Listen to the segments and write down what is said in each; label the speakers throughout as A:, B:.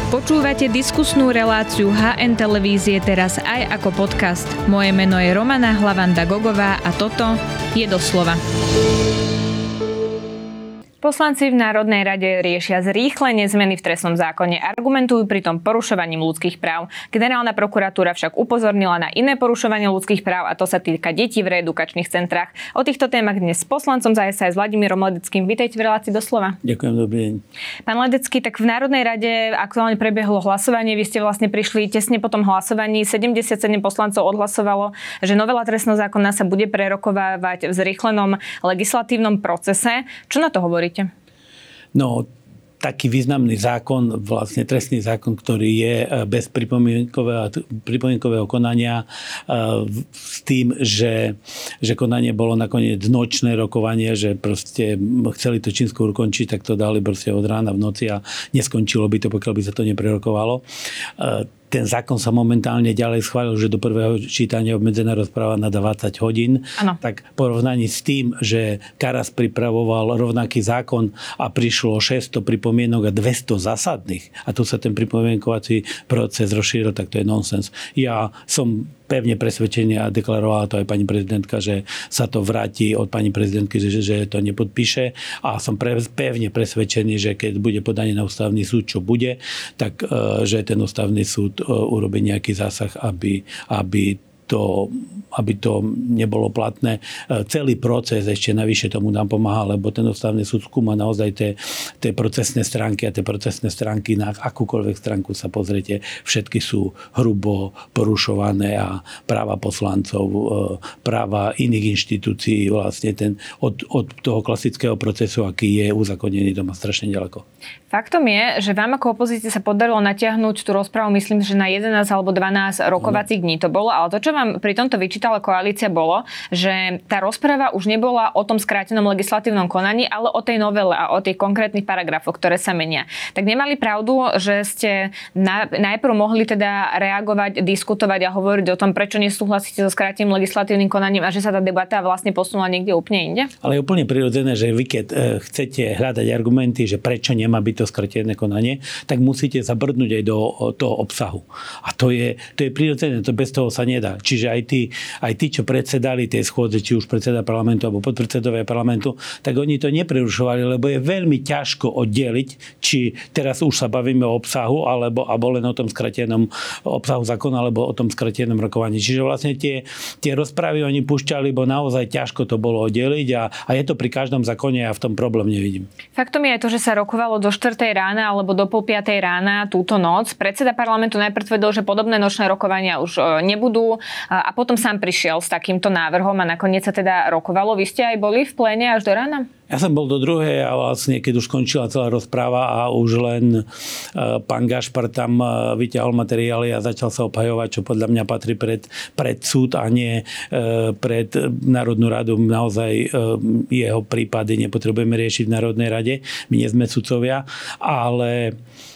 A: Počúvate diskusnú reláciu HN Televízie teraz aj ako podcast. Moje meno je Romana Hlavanda-Gogová a toto je Doslova. Poslanci v Národnej rade riešia zrýchlenie zmeny v trestnom zákone, argumentujú pritom porušovaním ľudských práv. Generálna prokuratúra však upozornila na iné porušovanie ľudských práv a to sa týka detí v reedukačných centrách. O týchto témach dnes s poslancom za SAS Vladimírom Ledeckým. Vítajte v relácii Doslova.
B: Ďakujem, dobrý deň.
A: Pán Ledecký, tak v Národnej rade aktuálne prebiehlo hlasovanie. Vy ste vlastne prišli tesne po tom hlasovaní. 77 poslancov odhlasovalo, že novela trestného zákona sa bude prerokovávať v zrýchlenom legislatívnom procese. Čo na to hovoríte?
B: No, taký významný zákon, vlastne trestný zákon, ktorý je bez pripomienkového konania s tým, že konanie bolo nakoniec nočné rokovanie, že proste chceli to čím skôr ukončiť, tak to dali proste od rána v noci a neskončilo by to, pokiaľ by sa to neprerokovalo. Ten zákon sa momentálne ďalej schválil, že do prvého čítania obmedzená rozpráva na 20 hodín.
A: Ano.
B: Tak v porovnaní s tým, že Karas pripravoval rovnaký zákon a prišlo 600 pripomienok a 200 zásadných a tu sa ten pripomienkovací proces rozšíril, tak to je nonsens. Ja som pevne presvedčený a deklarovala to aj pani prezidentka, že sa to vráti od pani prezidentky, že to nepodpíše a som pevne presvedčený, že keď bude podanie na ústavný súd, čo bude, tak že ten ústavný súd urobí nejaký zásah, aby to nebolo platné. Celý proces ešte navyše tomu nám pomáha, lebo ten ústavný súd skúma naozaj tie procesné stránky a tie procesné stránky na akúkoľvek stránku sa pozriete, všetky sú hrubo porušované a práva poslancov, práva iných inštitúcií, vlastne od toho klasického procesu, aký je uzakonený, to má strašne ďaleko.
A: Faktom je, že vám ako opozícii sa podarilo natiahnuť tú rozprávu, myslím, že na 11 alebo 12 rokovacích dní to bolo, ale to, čo vám pri tomto vyčítala koalícia, bolo, že tá rozpráva už nebola o tom skrátenom legislatívnom konaní, ale o tej novele a o tých konkrétnych paragrafoch, ktoré sa menia. Tak nemali pravdu, že ste najprv mohli teda reagovať, diskutovať a hovoriť o tom, prečo nesúhlasíte so skráteným legislatívnym konaním a že sa tá debata vlastne posunula niekde úplne inde?
B: Ale je úplne prirodzené, že vy keď chcete hľadať argumenty, že prečo nemá byť to skrátené konanie, tak musíte zabrdnúť aj do toho obsahu. A to je prirodzené, to bez toho sa nedá. Čiže aj tí, čo predsedali tej schôdze, či už predseda parlamentu alebo podpredsedovia parlamentu, tak oni to neprerušovali, lebo je veľmi ťažko oddeliť, či teraz už sa bavíme o obsahu, alebo len o tom skratenom obsahu zákona, alebo o tom skratenom rokovaní. Čiže vlastne tie rozprávy oni púšťali, bo naozaj ťažko to bolo oddeliť a je to pri každom zákone, ja v tom problém nevidím.
A: Faktom je aj to, že sa rokovalo do 4. rána alebo do 3:30 rána túto noc. Predseda parlamentu najprv tvrdil, že podobné nočné rokovania už nebudú a potom sám prišiel s takýmto návrhom a nakoniec sa teda rokovalo. Vy ste aj boli v pléne až do rána?
B: Ja som bol do druhej a vlastne, keď už skončila celá rozpráva a už len pán Gašpar tam vyťahol materiály a začal sa obhajovať, čo podľa mňa patrí pred súd a nie pred Národnú radu. Naozaj jeho prípady nepotrebujeme riešiť v Národnej rade. My nie sme sudcovia, ale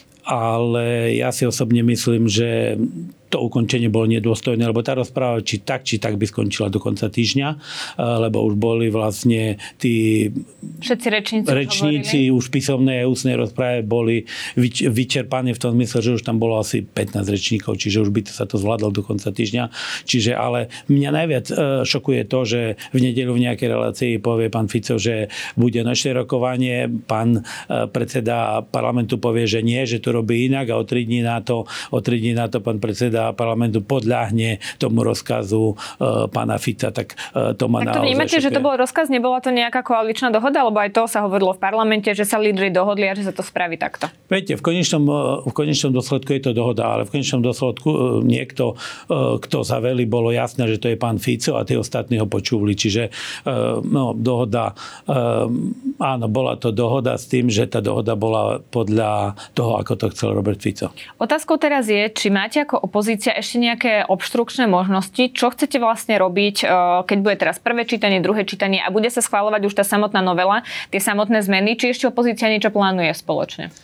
B: ja si osobne myslím, že to ukončenie bolo nedôstojné, lebo tá rozpráva či tak by skončila do konca týždňa, lebo už boli vlastne tí
A: všetci
B: rečníci už v písomnej a ústnej rozprave boli vyčerpaní v tom zmysle, že už tam bolo asi 15 rečníkov, čiže už by sa to zvládlo do konca týždňa. Čiže ale mňa najviac šokuje to, že v nedeľu v nejakej relácii povie pán Fico, že bude nočné rokovanie, pán predseda parlamentu povie, že nie, že to robí inak a o 3 dní na to pán predseda parlamentu podľahne tomu rozkazu pána Fica, tak to ma naozaj šokuje. Tak to vnímate,
A: že to bol rozkaz, nebola to nejaká koaličná dohoda, lebo aj to sa hovorilo v parlamente, že sa lídri dohodli a že sa to spraví takto.
B: Viete, v konečnom dôsledku je to dohoda, ale v konečnom dôsledku niekto, kto sa veli, bolo jasné, že to je pán Fico a tí ostatní ho počúvali. Čiže dohoda, áno, bola to dohoda s tým, že tá dohoda bola podľa toho, ako to chcel Robert Fico.
A: Otázkou teraz je, či máte ako opozícia ešte nejaké obštrukčné možnosti, čo chcete vlastne robiť, keď bude teraz prvé čítanie, druhé čítanie a bude sa schvaľovať už tá samotná novela, tie samotné zmeny, či ešte opozícia niečo plánuje spoločne?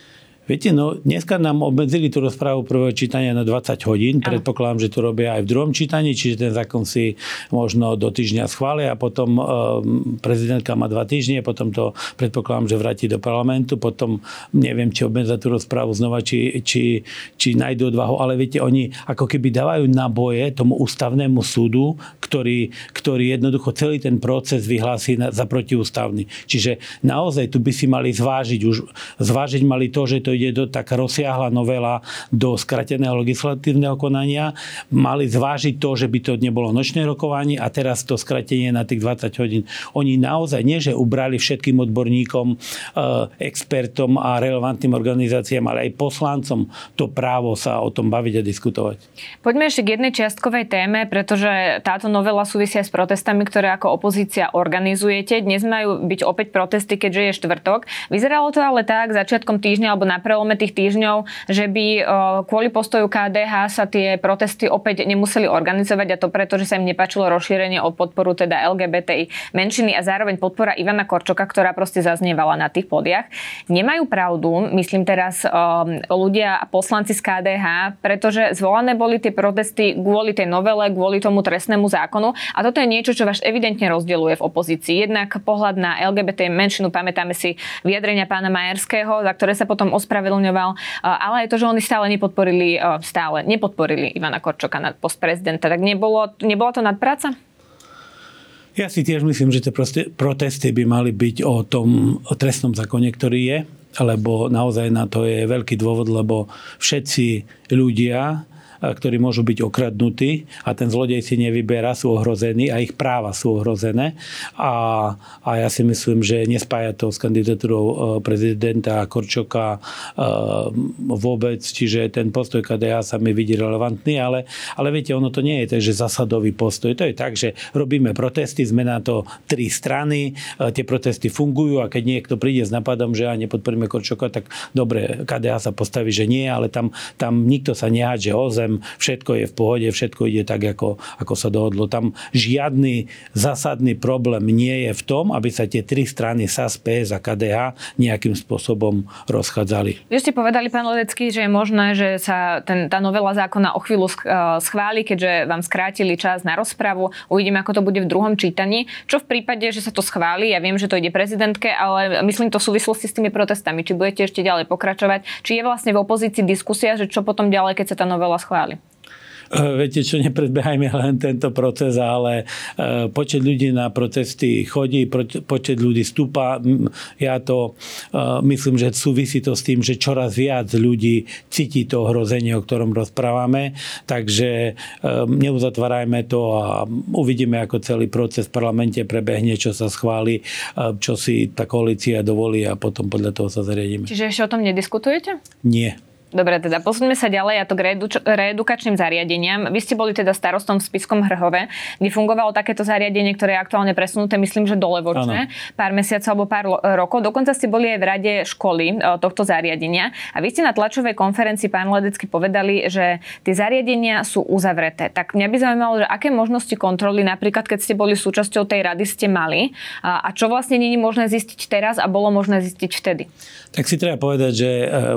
B: Viete, dneska nám obmedzili tú rozprávu prvého čítania na 20 hodín. Predpokladám, že to robia aj v druhom čítaní, čiže ten zákon si možno do týždňa schvália a potom prezidentka má 2 týždne, potom to predpokladám, že vráti do parlamentu, potom neviem, či obmedzia tú rozprávu znova, či nájdú odvahu, ale viete, oni ako keby dávajú naboje tomu ústavnému súdu, ktorý jednoducho celý ten proces vyhlási za protiústavný. Čiže naozaj tu by si mali zvážiť mali to, že to ide do taká rozsiahla novela do skrateného legislatívneho konania. Mali zvážiť to, že by to nebolo nočné rokovanie a teraz to skratenie na tých 20 hodín. Oni naozaj nie, že ubrali všetkým odborníkom, expertom a relevantným organizáciám, ale aj poslancom to právo sa o tom baviť a diskutovať.
A: Poďme ešte k jednej čiastkovej téme, pretože táto novela súvisia s protestami, ktoré ako opozícia organizujete. Dnes majú byť opäť protesty, keďže je štvrtok. Vyzeralo to ale tak začiatkom týždňa alebo na prelome tých týždňov, že by kvôli postoju KDH sa tie protesty opäť nemuseli organizovať a to preto, že sa im nepáčilo rozšírenie o podporu teda LGBTI menšiny a zároveň podpora Ivana Korčoka, ktorá proste zaznievala na tých pódiach. Nemajú pravdu, myslím teraz ľudia a poslanci z KDH, pretože zvolané boli tie protesty kvôli tej novele, kvôli tomu trestnému zákonu a toto je niečo, čo vás evidentne rozdeľuje v opozícii. Jednak pohľad na LGBT menšinu, pamätáme si vyjadrenia pána Majerského, za ktoré sa potom ospravedlňoval, ale aj to, že oni stále nepodporili Ivana Korčoka na post prezidenta. Tak nebola to nadpráca?
B: Ja si tiež myslím, že tie protesty by mali byť o tom trestnom zákone, ktorý je, lebo naozaj na to je veľký dôvod, lebo všetci ľudia, ktorí môžu byť okradnutí a ten zlodej si nevyberá, sú ohrození a ich práva sú ohrozené. A ja si myslím, že nespája to s kandidatúrou prezidenta Korčoka vôbec, čiže ten postoj KDH sa mi vidí relevantný, ale viete, ono to nie je tak, že zásadový postoj. To je tak, že robíme protesty, sme na to 3 strany, tie protesty fungujú a keď niekto príde s napadom, že nepodporíme Korčoka, tak dobre, KDH sa postaví, že nie, ale tam nikto sa nehádže o zem, všetko je v pohode, všetko ide tak, ako sa dohodlo. Tam žiadny zásadný problém nie je v tom, aby sa tie 3 strany SAS, PS a KDH nejakým spôsobom rozchádzali.
A: Vy ste povedali, pán Ledecký, že je možné, že sa tá novela zákona o chvíľu schváli, keďže vám skrátili čas na rozpravu. Uvidíme, ako to bude v druhom čítaní. Čo v prípade, že sa to schváli? Ja viem, že to ide prezidentke, ale myslím to v súvislosti s tými protestami. Či budete ešte ďalej pokračovať? Či je vlastne v opozícii diskusia, že čo potom ďalej, keď sa tá novela schváli?
B: Viete čo, nepredbehajme len tento proces, ale počet ľudí na protesty chodí, počet ľudí stúpa. Ja to myslím, že súvisí to s tým, že čoraz viac ľudí cíti to ohrozenie, o ktorom rozprávame. Takže neuzatvárajme to a uvidíme, ako celý proces v parlamente prebehne, čo sa schváli, čo si tá koalícia dovolí a potom podľa toho sa zariadíme.
A: Čiže ešte o tom nediskutujete?
B: Nie.
A: Dobre, teda posuňme sa ďalej a to k reedukačným zariadeniam. Vy ste boli teda starostom v Spišskom Hrhove, kde fungovalo takéto zariadenie, ktoré je aktuálne presunuté, myslím, že do Levočne, pár mesiacov alebo pár rokov. Dokonca ste boli aj v rade školy tohto zariadenia. A vy ste na tlačovej konferencii, pán Ledecký, povedali, že tie zariadenia sú uzavreté. Tak mňa by zaujímalo, že aké možnosti kontroly, napríklad keď ste boli súčasťou tej rady, ste mali a čo vlastne nie je možné zistiť teraz a bolo možné zistiť vtedy?
B: Tak si treba povedať, že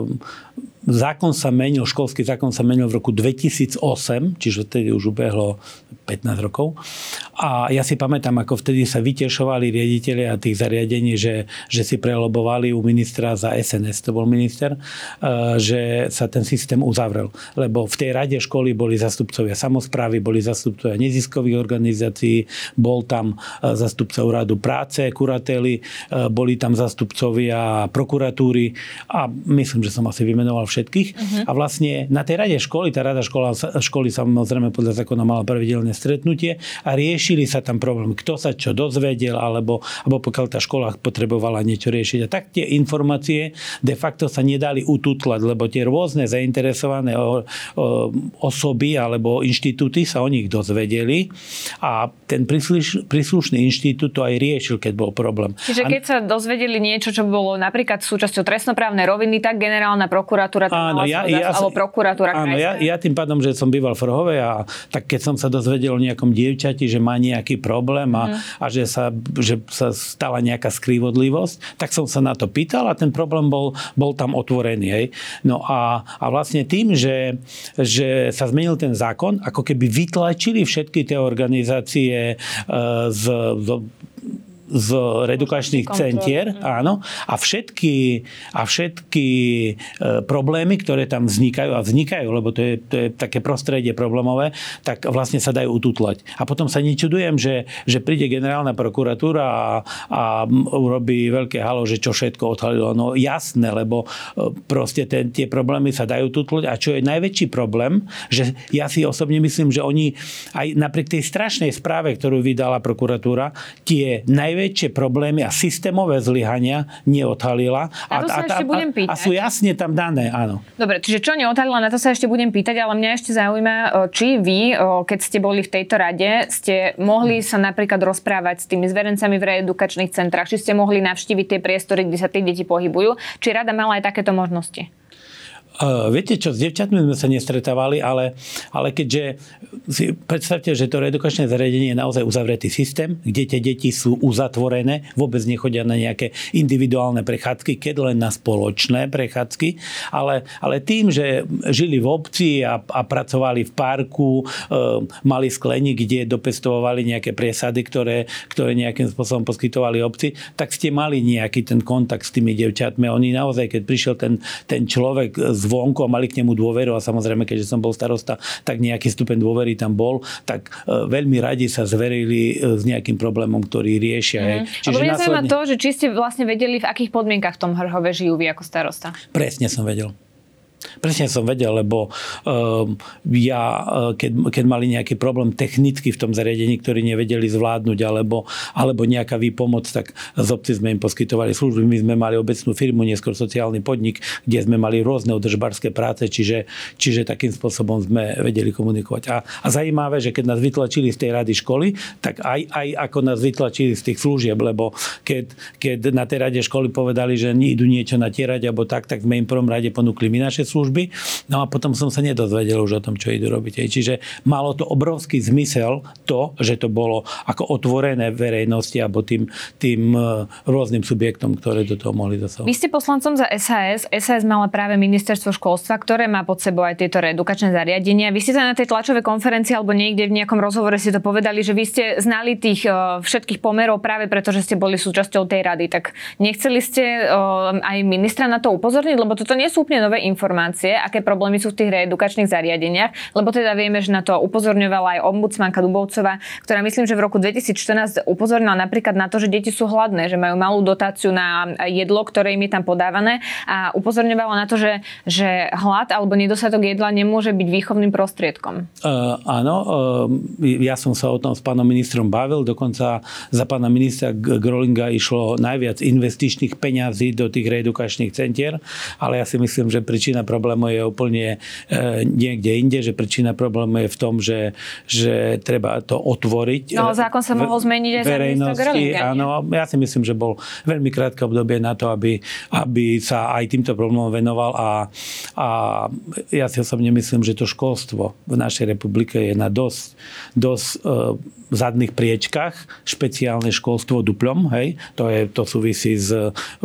B: školský zákon sa menil v roku 2008, čiže vtedy už ubehlo 15 rokov. A ja si pamätám, ako vtedy sa vytešovali riaditelia tých zariadení, že si prelobovali u ministra za SNS, to bol minister, že sa ten systém uzavrel. Lebo v tej rade školy boli zastupcovia samosprávy, boli zastupcovia neziskových organizácií, bol tam zastupca úradu práce, kurately, boli tam zastupcovia prokuratúry a myslím, že som asi vymenoval všetkých. A vlastne na tej rade školy, tá rada školy samozrejme podľa zákona mala pravidelné stretnutie a riešili sa tam problém, kto sa čo dozvedel, alebo pokiaľ tá škola potrebovala niečo riešiť. A tak tie informácie de facto sa nedali ututlať, lebo tie rôzne zainteresované osoby alebo inštitúty sa o nich dozvedeli a ten príslušný inštitút to aj riešil, keď bol problém.
A: Čiže keď sa dozvedeli niečo, čo bolo napríklad súčasťou trestnoprávnej roviny, tak generálna prokuratúra prokuratúra alebo prokuratúra
B: krajská. Áno, ja tým pádom, že som býval v Rohove a tak keď som sa dozvedel o nejakom dievčati, že má nejaký problém a že sa stala nejaká skrývodlivosť, tak som sa na to pýtal a ten problém bol tam otvorený. Hej. No a vlastne tým, že sa zmenil ten zákon, ako keby vytlačili všetky tie organizácie z redukačných centier, áno, a všetky problémy, ktoré tam vznikajú, lebo to je také prostredie problémové, tak vlastne sa dajú ututlať. A potom sa nečudujem, že príde generálna prokuratúra a urobí veľké halo, že čo všetko odhalilo. No jasné, lebo proste tie problémy sa dajú tutlať. A čo je najväčší problém, že ja si osobne myslím, že oni aj napriek tej strašnej správe, ktorú vydala prokuratúra, tie najväčšie problémy a systémové zlyhania neodhalila.
A: Na to sa ešte budem pýtať.
B: A sú jasne tam dané, áno.
A: Dobre, čiže čo neodhalila, na to sa ešte budem pýtať, ale mňa ešte zaujíma, či vy, keď ste boli v tejto rade, ste mohli sa napríklad rozprávať s tými zverencami v reedukačných centrách, či ste mohli navštíviť tie priestory, kde sa tie deti pohybujú, či rada mala aj takéto možnosti?
B: Viete čo, s dievčatmi sme sa nestretávali, ale keďže si predstavte, že to reedukačné zariadenie je naozaj uzavretý systém, kde tie deti sú uzatvorené, vôbec nechodia na nejaké individuálne prechádzky, keď len na spoločné prechádzky, ale tým, že žili v obci a pracovali v parku, mali skleník, kde dopestovali nejaké priesady, ktoré nejakým spôsobom poskytovali obci, tak ste mali nejaký ten kontakt s tými dievčatmi. Oni naozaj, keď prišiel ten človek zvonku a mali k nemu dôveru a samozrejme, keďže som bol starosta, tak nejaký stupeň dôvery tam bol, tak veľmi radi sa zverili s nejakým problémom, ktorý riešia.
A: Čiže mňa zaujíma to, že či ste vlastne vedeli, v akých podmienkach v tom Hrhove žijú vy ako starosta.
B: Presne som vedel, lebo keď mali nejaký problém technicky v tom zariadení, ktorý nevedeli zvládnuť, alebo nejaká výpomoc, tak z obci sme im poskytovali služby. My sme mali obecnú firmu, neskôr sociálny podnik, kde sme mali rôzne udržbárske práce, čiže takým spôsobom sme vedeli komunikovať. A zajímavé, že keď nás vytlačili z tej rady školy, tak aj ako nás vytlačili z tých služieb, lebo keď na tej rade školy povedali, že idú niečo natierať, alebo tak sme im v prvom rade ponúkli my naše služby. No a potom som sa nedozvedel už o tom, čo idú robiť. Čiže malo to obrovský zmysel to, že to bolo ako otvorené verejnosti alebo tým rôznym subjektom, ktoré do toho mohli zasahovať.
A: Vy ste poslancom za SAS. SAS mala práve ministerstvo školstva, ktoré má pod sebou aj tieto reedukačné zariadenia. Vy ste sa na tej tlačovej konferencii alebo niekde v nejakom rozhovore si to povedali, že vy ste znali tých všetkých pomerov práve preto, že ste boli súčasťou tej rady. Tak nechceli ste aj ministra na to upozorniť, lebo toto nie sú úplne nové informácie, aké problémy sú v tých reedukačných zariadeniach, lebo teda vieme, že na to upozorňovala aj ombudsmanka Dubovcová, ktorá myslím, že v roku 2014 upozornila napríklad na to, že deti sú hladné, že majú malú dotáciu na jedlo, ktoré im je tam podávané a upozorňovala na to, že hlad alebo nedostatok jedla nemôže byť výchovným prostriedkom.
B: Áno, ja som sa o tom s pánom ministrom bavil, dokonca za pána ministra Grolinga išlo najviac investičných peňazí do tých reedukačných centier, ale ja si myslím, že príčina problému je úplne niekde inde, že príčina problému je v tom, že treba to otvoriť.
A: No, zákon sa mohol zmeniť aj za ministra Grolinga.
B: Áno, ja si myslím, že bol veľmi krátke obdobie na to, aby sa aj týmto problémom venoval a ja si osobne myslím, že to školstvo v našej republike je na dosť zadných priečkách, špeciálne školstvo duplom, hej, to súvisí s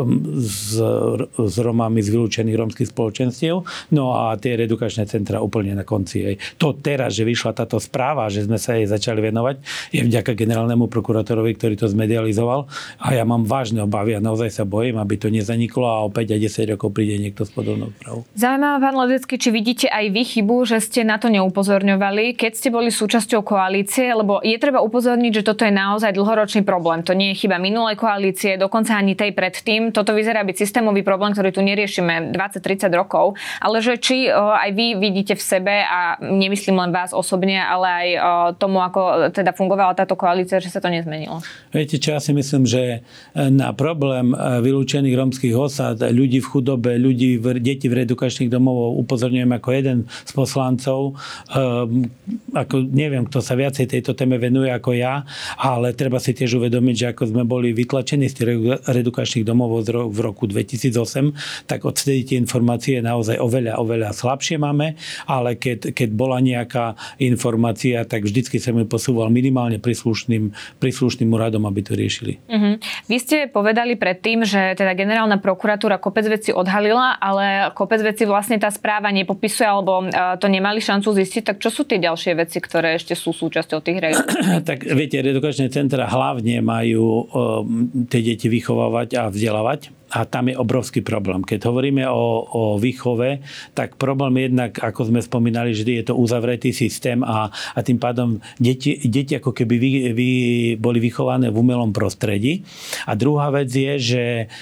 B: Romami z vylúčených rómskych spoločenstiev, no a tie reedukačné centra úplne na konci, hej. To teraz, že vyšla táto správa, že sme sa jej začali venovať, je vďaka generálnemu prokurátorovi, ktorý to zmedializoval a ja mám vážne obavy a naozaj sa bojím, aby to nezaniklo a o 5 a 10 rokov príde niekto s podobnou správou.
A: Zaujímavé, pán Ledecký, či vidíte aj vy chybu, že ste na to neupozorňovali, keď ste boli súčasťou koalície, lebo je treba upozorniť, že toto je naozaj dlhoročný problém. To nie je chyba minulej koalície, dokonca ani tej predtým. Toto vyzerá byť systémový problém, ktorý tu neriešime 20-30 rokov, ale že či aj vy vidíte v sebe, a nemyslím len vás osobne, ale aj tomu, ako teda fungovala táto koalícia, že sa to nezmenilo.
B: Viete čo, ja si myslím, že na problém vylúčených rómskych osad, ľudí v chudobe, deti v reedukačných domov upozorňujem ako jeden z poslancov. Ako neviem, kto sa viacej tejto téme venuje ako ja, ale treba si tiež uvedomiť, že ako sme boli vytlačení z tých reedukačných domov v roku 2008, tak odvtedy tie informácie naozaj naozaj oveľa slabšie máme, ale keď bola nejaká informácia, tak vždycky sa mi posúval minimálne príslušným úradom, aby to riešili.
A: Vy ste povedali predtým, že teda generálna prokuratúra kopec vecí odhalila, ale kopec vecí vlastne tá správa nepopisuje, alebo to nemali šancu zistiť. Tak čo sú tie ďalšie veci, ktoré ešte sú súčasťou tých registrov?
B: Tak viete, reedukačné centra hlavne majú tie deti vychovávať a vzdelávať. A tam je obrovský problém. Keď hovoríme o výchove, tak problém jednak, ako sme spomínali, vždy je to uzavretý systém a tým pádom deti ako keby boli vychované v umelom prostredí. A druhá vec je, že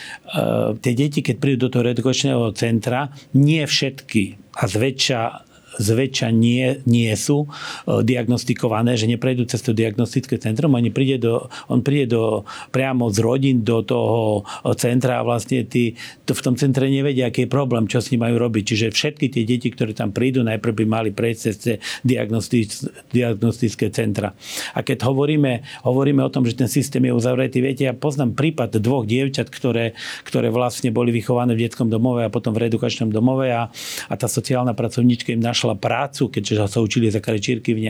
B: tie deti, keď prídu do toho reedukačného centra, nie všetky a zväčša nie sú diagnostikované, že neprejdú cez to diagnostické centrum. On príde priamo z rodín do toho centra a vlastne v tom centre nevedia, aký je problém, čo s ním majú robiť. Čiže všetky tie deti, ktoré tam prídu, najprv by mali prejsť cez diagnostické centra. A keď hovoríme o tom, že ten systém je uzavretý, viete, ja poznám prípad 2 dievčat, ktoré vlastne boli vychované v detskom domove a potom v reedukačnom domove a tá sociálna pracovníčka im našla prácu, keďže sa učili za karečírky v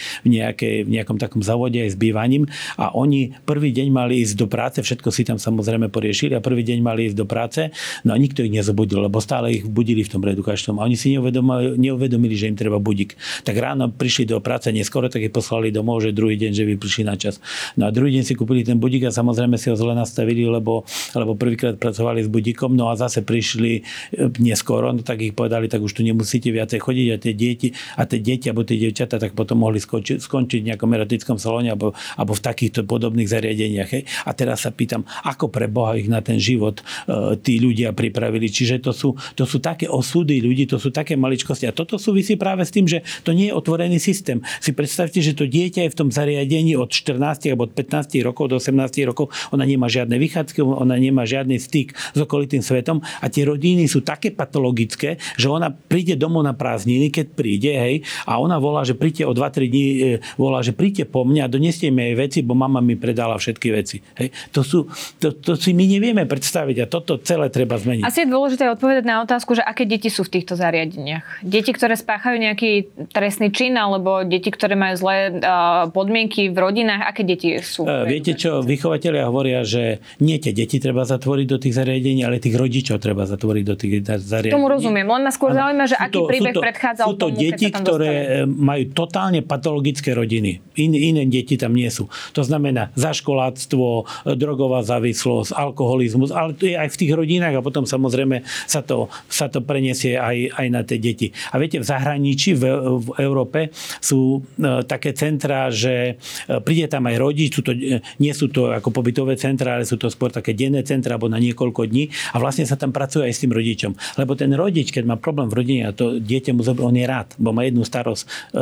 B: nejakom takom závode aj s bývaním a oni prvý deň mali ísť do práce, všetko si tam samozrejme poriešili a prvý deň mali ísť do práce, no a nikto ich nezobudil, lebo stále ich budili v tom reedukačnom a oni si neuvedomili, že im treba budík. Tak ráno prišli do práce neskoro, tak ich poslali domov, že druhý deň, že by prišli na čas. No a druhý deň si kúpili ten budík a samozrejme si ho zle nastavili, lebo prvýkrát pracovali s budíkom, no a zase prišli neskoro, no tak ich povedali, tak už tu nemusíte viacej chodiť a tie deti alebo tie dievčatá tak potom mohli skončiť v nejakom erotickom salóne alebo v takýchto podobných zariadeniach. Hej. A teraz sa pýtam, ako pre Boha ich na ten život tí ľudia pripravili. Čiže to sú také osudy ľudí, to sú také maličkosti. A toto súvisí práve s tým, že to nie je otvorený systém. Si predstavte, že to dieťa je v tom zariadení od 14 alebo od 15 rokov do 18 rokov. Ona nemá žiadne vychádzky, ona nemá žiadny styk s okolitým svetom a tie rodiny sú také patologické, že ona príde domov na prázdniny, keď príde, hej, a ona volá, že príďte o 2-3 dní, volá, že príďte po mne a doneste mi aj veci, bo mama mi predala všetky veci. Hej. To si my nevieme predstaviť a toto celé treba zmeniť.
A: Asi je dôležité odpovedať na otázku, že aké deti sú v týchto zariadeniach. Deti, ktoré spáchajú nejaký trestný čin, alebo deti, ktoré majú zlé podmienky v rodinách, aké deti sú?
B: Viete čo, vychovatelia hovoria, že nie tie deti treba zatvoriť do tých zariadení, ale tých rodičov treba zatvoriť do tých zariadení.
A: Tomu rozumiem, len ma skôr zaujíma, že aký príbeh predchádzal
B: sú to
A: tomu,
B: deti, ktoré majú totálne patologické rodiny. Iné deti tam nie sú. To znamená zaškoláctvo, drogová závislosť, alkoholizmus, ale to je aj v tých rodinách a potom samozrejme sa to preniesie aj na tie deti. A viete, v zahraničí, v Európe sú také centrá, že príde tam aj rodič, nie sú to ako pobytové centrá, ale sú to skôr také denné centrá alebo na niekoľko dní a vlastne sa tam pracuje aj s tým rodičom. Lebo ten rodič, keď má problém v rodine a to dieťa mu on je rád, bo má jednu starosť,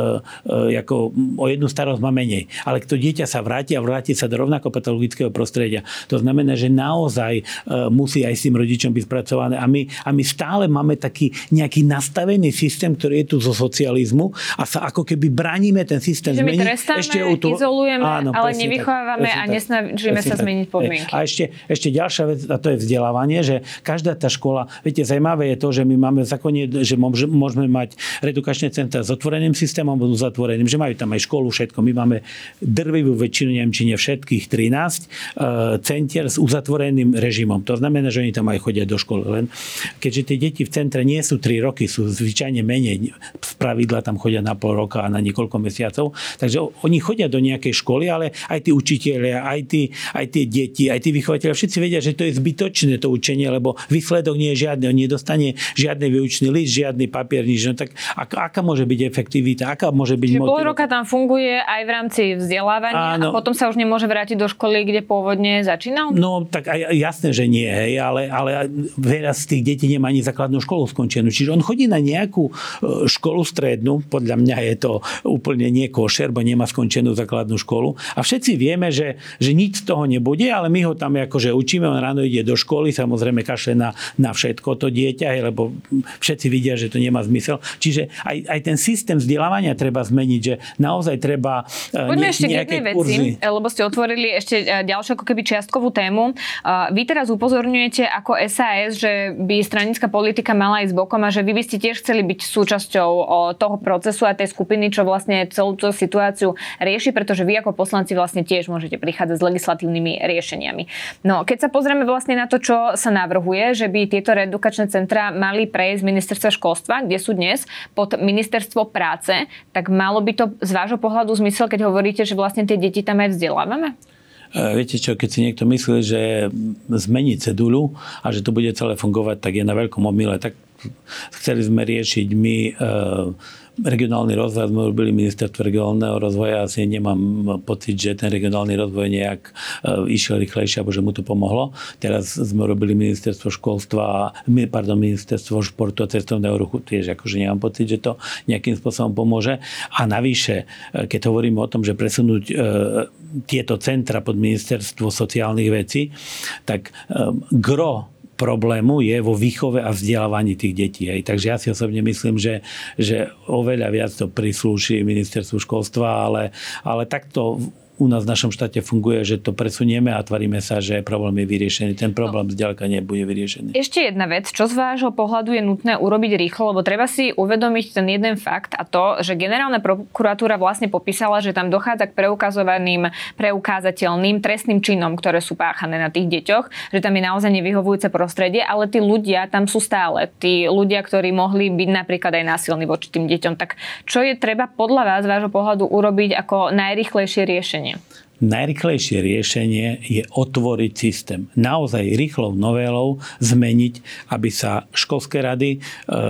B: o jednu starosť má menej. Ale to dieťa sa vráti sa do rovnako patologického prostredia. To znamená, že naozaj musí aj s tým rodičom byť spracované. A my stále máme taký nejaký nastavený systém, ktorý je tu zo socializmu a sa ako keby bránime ten systém zmeniť.
A: My trestáme, izolujeme, áno, ale nevychovávame a nesnažíme sa zmeniť podmienky.
B: A ešte ďalšia vec, a to je vzdelávanie, že každá tá škola, viete, zaujímavé je to, že my máme v zákone, že môžeme mať reedukačné centra s otvoreným systémom alebo uzatvoreným, že majú tam aj školu, všetko. My máme drvivú väčšinu, neviem, či nie všetkých 13 centier s uzatvoreným režimom. To znamená, že oni tam aj chodia do školy. Len keďže tie deti v centre nie sú 3 roky, sú zvyčajne menej, spravidla tam chodia na pol roka a na niekoľko mesiacov, takže oni chodia do nejakej školy, ale aj tí učitelia, aj tie deti, aj tí vychovateľia, všetci vedia, že to je zbytočné to učenie, lebo výsledok nie je žiadny, on nedostane žiadny výučný list, žiadny papier, nič. No tak aká môže byť efektivita, aká môže byť motivácia?
A: Pol roka tam funguje aj v rámci vzdelávania a potom sa už nemôže vrátiť do školy, kde pôvodne začínal?
B: No tak aj jasné, že nie, hej, ale veľa z tých detí nemá ani základnú školu skončenú. Čiže on chodí na nejakú školu strednú, podľa mňa je to úplne nie košer, bo nemá skončenú základnú školu. A všetci vieme, že nič z toho nebude, ale my ho tam akože učíme, on ráno ide do školy, samozrejme kašle na všetko to dieťa, hej, lebo všetci vidia, že to nemá zmysel. Čiže Čiže aj ten systém vzdelávania treba zmeniť, že naozaj treba
A: poďme ešte
B: nejaké
A: k jednej
B: kurzy.
A: veci, lebo ste otvorili ešte ďalšiu ako keby čiastkovú tému. Vy teraz upozorňujete ako SAS, že by stranická politika mala ísť bokom a že vy by ste tiež chceli byť súčasťou toho procesu a tej skupiny, čo vlastne celú tú situáciu rieši, pretože vy ako poslanci vlastne tiež môžete prichádzať s legislatívnymi riešeniami. No, keď sa pozrieme vlastne na to, čo sa navrhuje, že by tieto reedukačné centra mali prejsť z ministerstva školstva, kde sú dnes, pod ministerstvo práce, tak malo by to z vášho pohľadu zmysel, keď hovoríte, že vlastne tie deti tam aj vzdelávame?
B: Viete čo, keď si niekto myslí, že zmení ceduľu a že to bude celé fungovať, tak je na veľkom omyle. Tak chceli sme riešiť my regionálny rozvoj, sme robili ministerstvo regionálneho rozvoja, asi nemám pocit, že ten regionálny rozvoj nejak išiel rýchlejšie, alebo že mu to pomohlo. Teraz sme robili ministerstvo školstva, ministerstvo športu a cestovného ruchu, tiež akože nemám pocit, že to nejakým spôsobom pomôže. A navyše, keď hovoríme o tom, že presunúť tieto centra pod ministerstvo sociálnych vecí, tak gro problému je vo výchove a vzdelávaní tých detí. Takže ja si osobne myslím, že oveľa viac to prislúši ministerstvu školstva, ale takto u nás v našom štáte funguje, že to presunieme a tvaríme sa, že problém je vyriešený. Ten problém zďaleka nebude vyriešený.
A: Ešte jedna vec, čo z vášho pohľadu je nutné urobiť rýchlo, lebo treba si uvedomiť ten jeden fakt a to, že generálna prokuratúra vlastne popísala, že tam dochádza k preukázateľným trestným činom, ktoré sú páchané na tých deťoch, že tam je naozaj nevyhovujúce prostredie, ale tí ľudia tam sú stále. Tí ľudia, ktorí mohli byť napríklad aj násilní voči tým deťom. Tak čo je treba podľa vás z vášho pohľadu urobiť ako najrýchlejšie riešenie?
B: Najrýchlejšie riešenie je otvoriť systém. Naozaj rýchlou novelou zmeniť, aby sa školské rady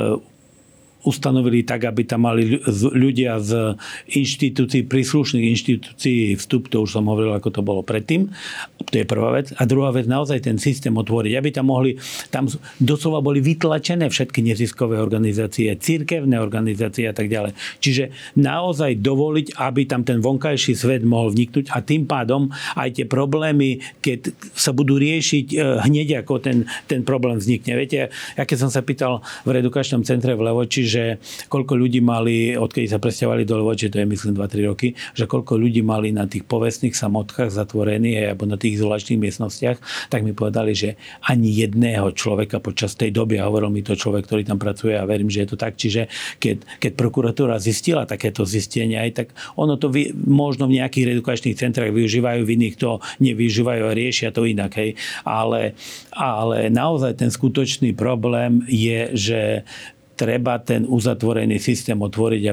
B: ustanovili tak, aby tam mali ľudia z inštitúcií, príslušných inštitúcií vstup, to už som hovoril, ako to bolo predtým. To je prvá vec. A druhá vec, naozaj ten systém otvoriť, aby tam mohli, tam doslova boli vytlačené všetky neziskové organizácie, cirkevné organizácie a tak ďalej. Čiže naozaj dovoliť, aby tam ten vonkajší svet mohol vniknúť a tým pádom aj tie problémy, keď sa budú riešiť hneď, ako ten problém vznikne. Viete, ja keď som sa pýtal v reedukačnom centre v Levoči, že koľko ľudí mali, odkedy sa presťahovali do Levoče, to je myslím 2-3 roky, že koľko ľudí mali na tých povestných samotkách zatvorených alebo na tých izolačných miestnostiach, tak mi povedali, že ani jedného človeka počas tej doby, a hovoril mi to človek, ktorý tam pracuje a verím, že je to tak, čiže keď prokuratúra zistila takéto zistenie, aj tak ono to možno v nejakých reedukačných centrách využívajú, v iných to nevyužívajú a riešia to inak. Hej. Ale naozaj ten skutočný problém je, že treba ten uzatvorený systém otvoriť,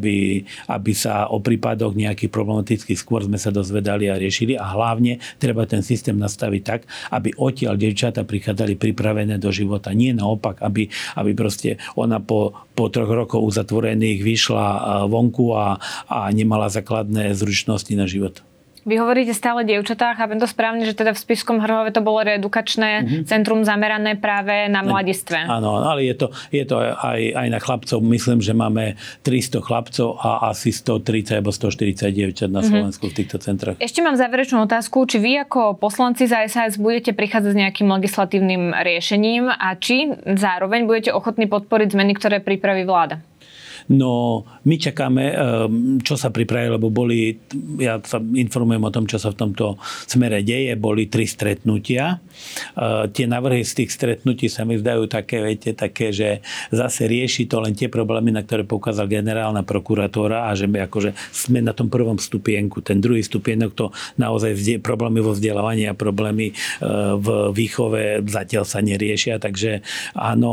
B: aby sa o prípadoch nejakých problematických skôr sme sa dozvedali a riešili a hlavne treba ten systém nastaviť tak, aby odtiaľ dievčatá prichádzali pripravené do života. Nie naopak, aby proste ona po 3 rokoch uzatvorených vyšla vonku a nemala základné zručnosti na život.
A: Vy hovoríte stále dievčatá, chápem to správne, že teda v Spišskom Hrhove to bolo reedukačné centrum zamerané práve na mladistve.
B: Áno, ale je to aj na chlapcov. Myslím, že máme 300 chlapcov a asi 130 alebo 140 dievčat na Slovensku v týchto centrách.
A: Ešte mám záverečnú otázku. Či vy ako poslanci za SAS budete prichádzať s nejakým legislatívnym riešením a či zároveň budete ochotní podporiť zmeny, ktoré pripraví vláda?
B: No, my čakáme, čo sa pripraví, lebo ja sa informujem o tom, čo sa v tomto smere deje, boli 3 stretnutia. Tie návrhy z tých stretnutí sa mi zdajú také, že zase rieši to len tie problémy, na ktoré poukázal generálna prokuratúra a že my akože sme na tom prvom stupienku. Ten druhý stupienok to naozaj problémy vo vzdelávaní a problémy v výchove zatiaľ sa neriešia, takže áno,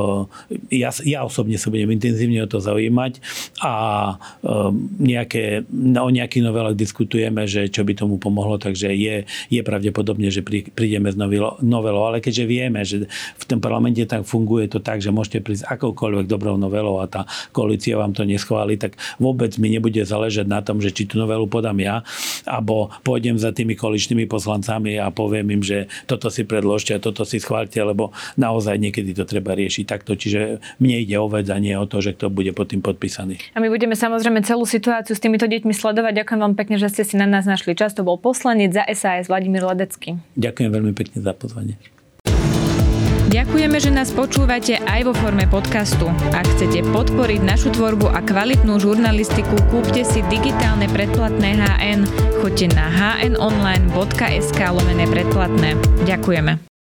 B: ja osobne sa budem intenzívne o to zaujímať a o nejakých novelách diskutujeme, že čo by tomu pomohlo, takže je pravdepodobne, že prídeme s novelou, ale keďže vieme, že v tom parlamente tak funguje to tak, že môžete prísť akoukoľvek dobrou novelou a tá koalícia vám to neschváli, tak vôbec mi nebude záležať na tom, že či tú novelu podám ja, alebo pôjdem za tými koaličnými poslancami a poviem im, že toto si predložte a toto si schváľte, lebo naozaj niekedy to treba riešiť takto. Čiže mne ide o vec a nie o to, že kto bude pod tým podpísaný.
A: A my budeme samozrejme celú situáciu s týmito deťmi sledovať. Ďakujem vám pekne, že ste si na nás našli čas. To bol poslanec za SAS Vladimír Ledecký.
B: Ďakujem veľmi pekne za pozvanie.
A: Ďakujeme, že nás počúvate aj vo forme podcastu. Ak chcete podporiť našu tvorbu a kvalitnú žurnalistiku, kúpte si digitálne predplatné HN. Choďte na hnonline.sk/predplatné. Ďakujeme.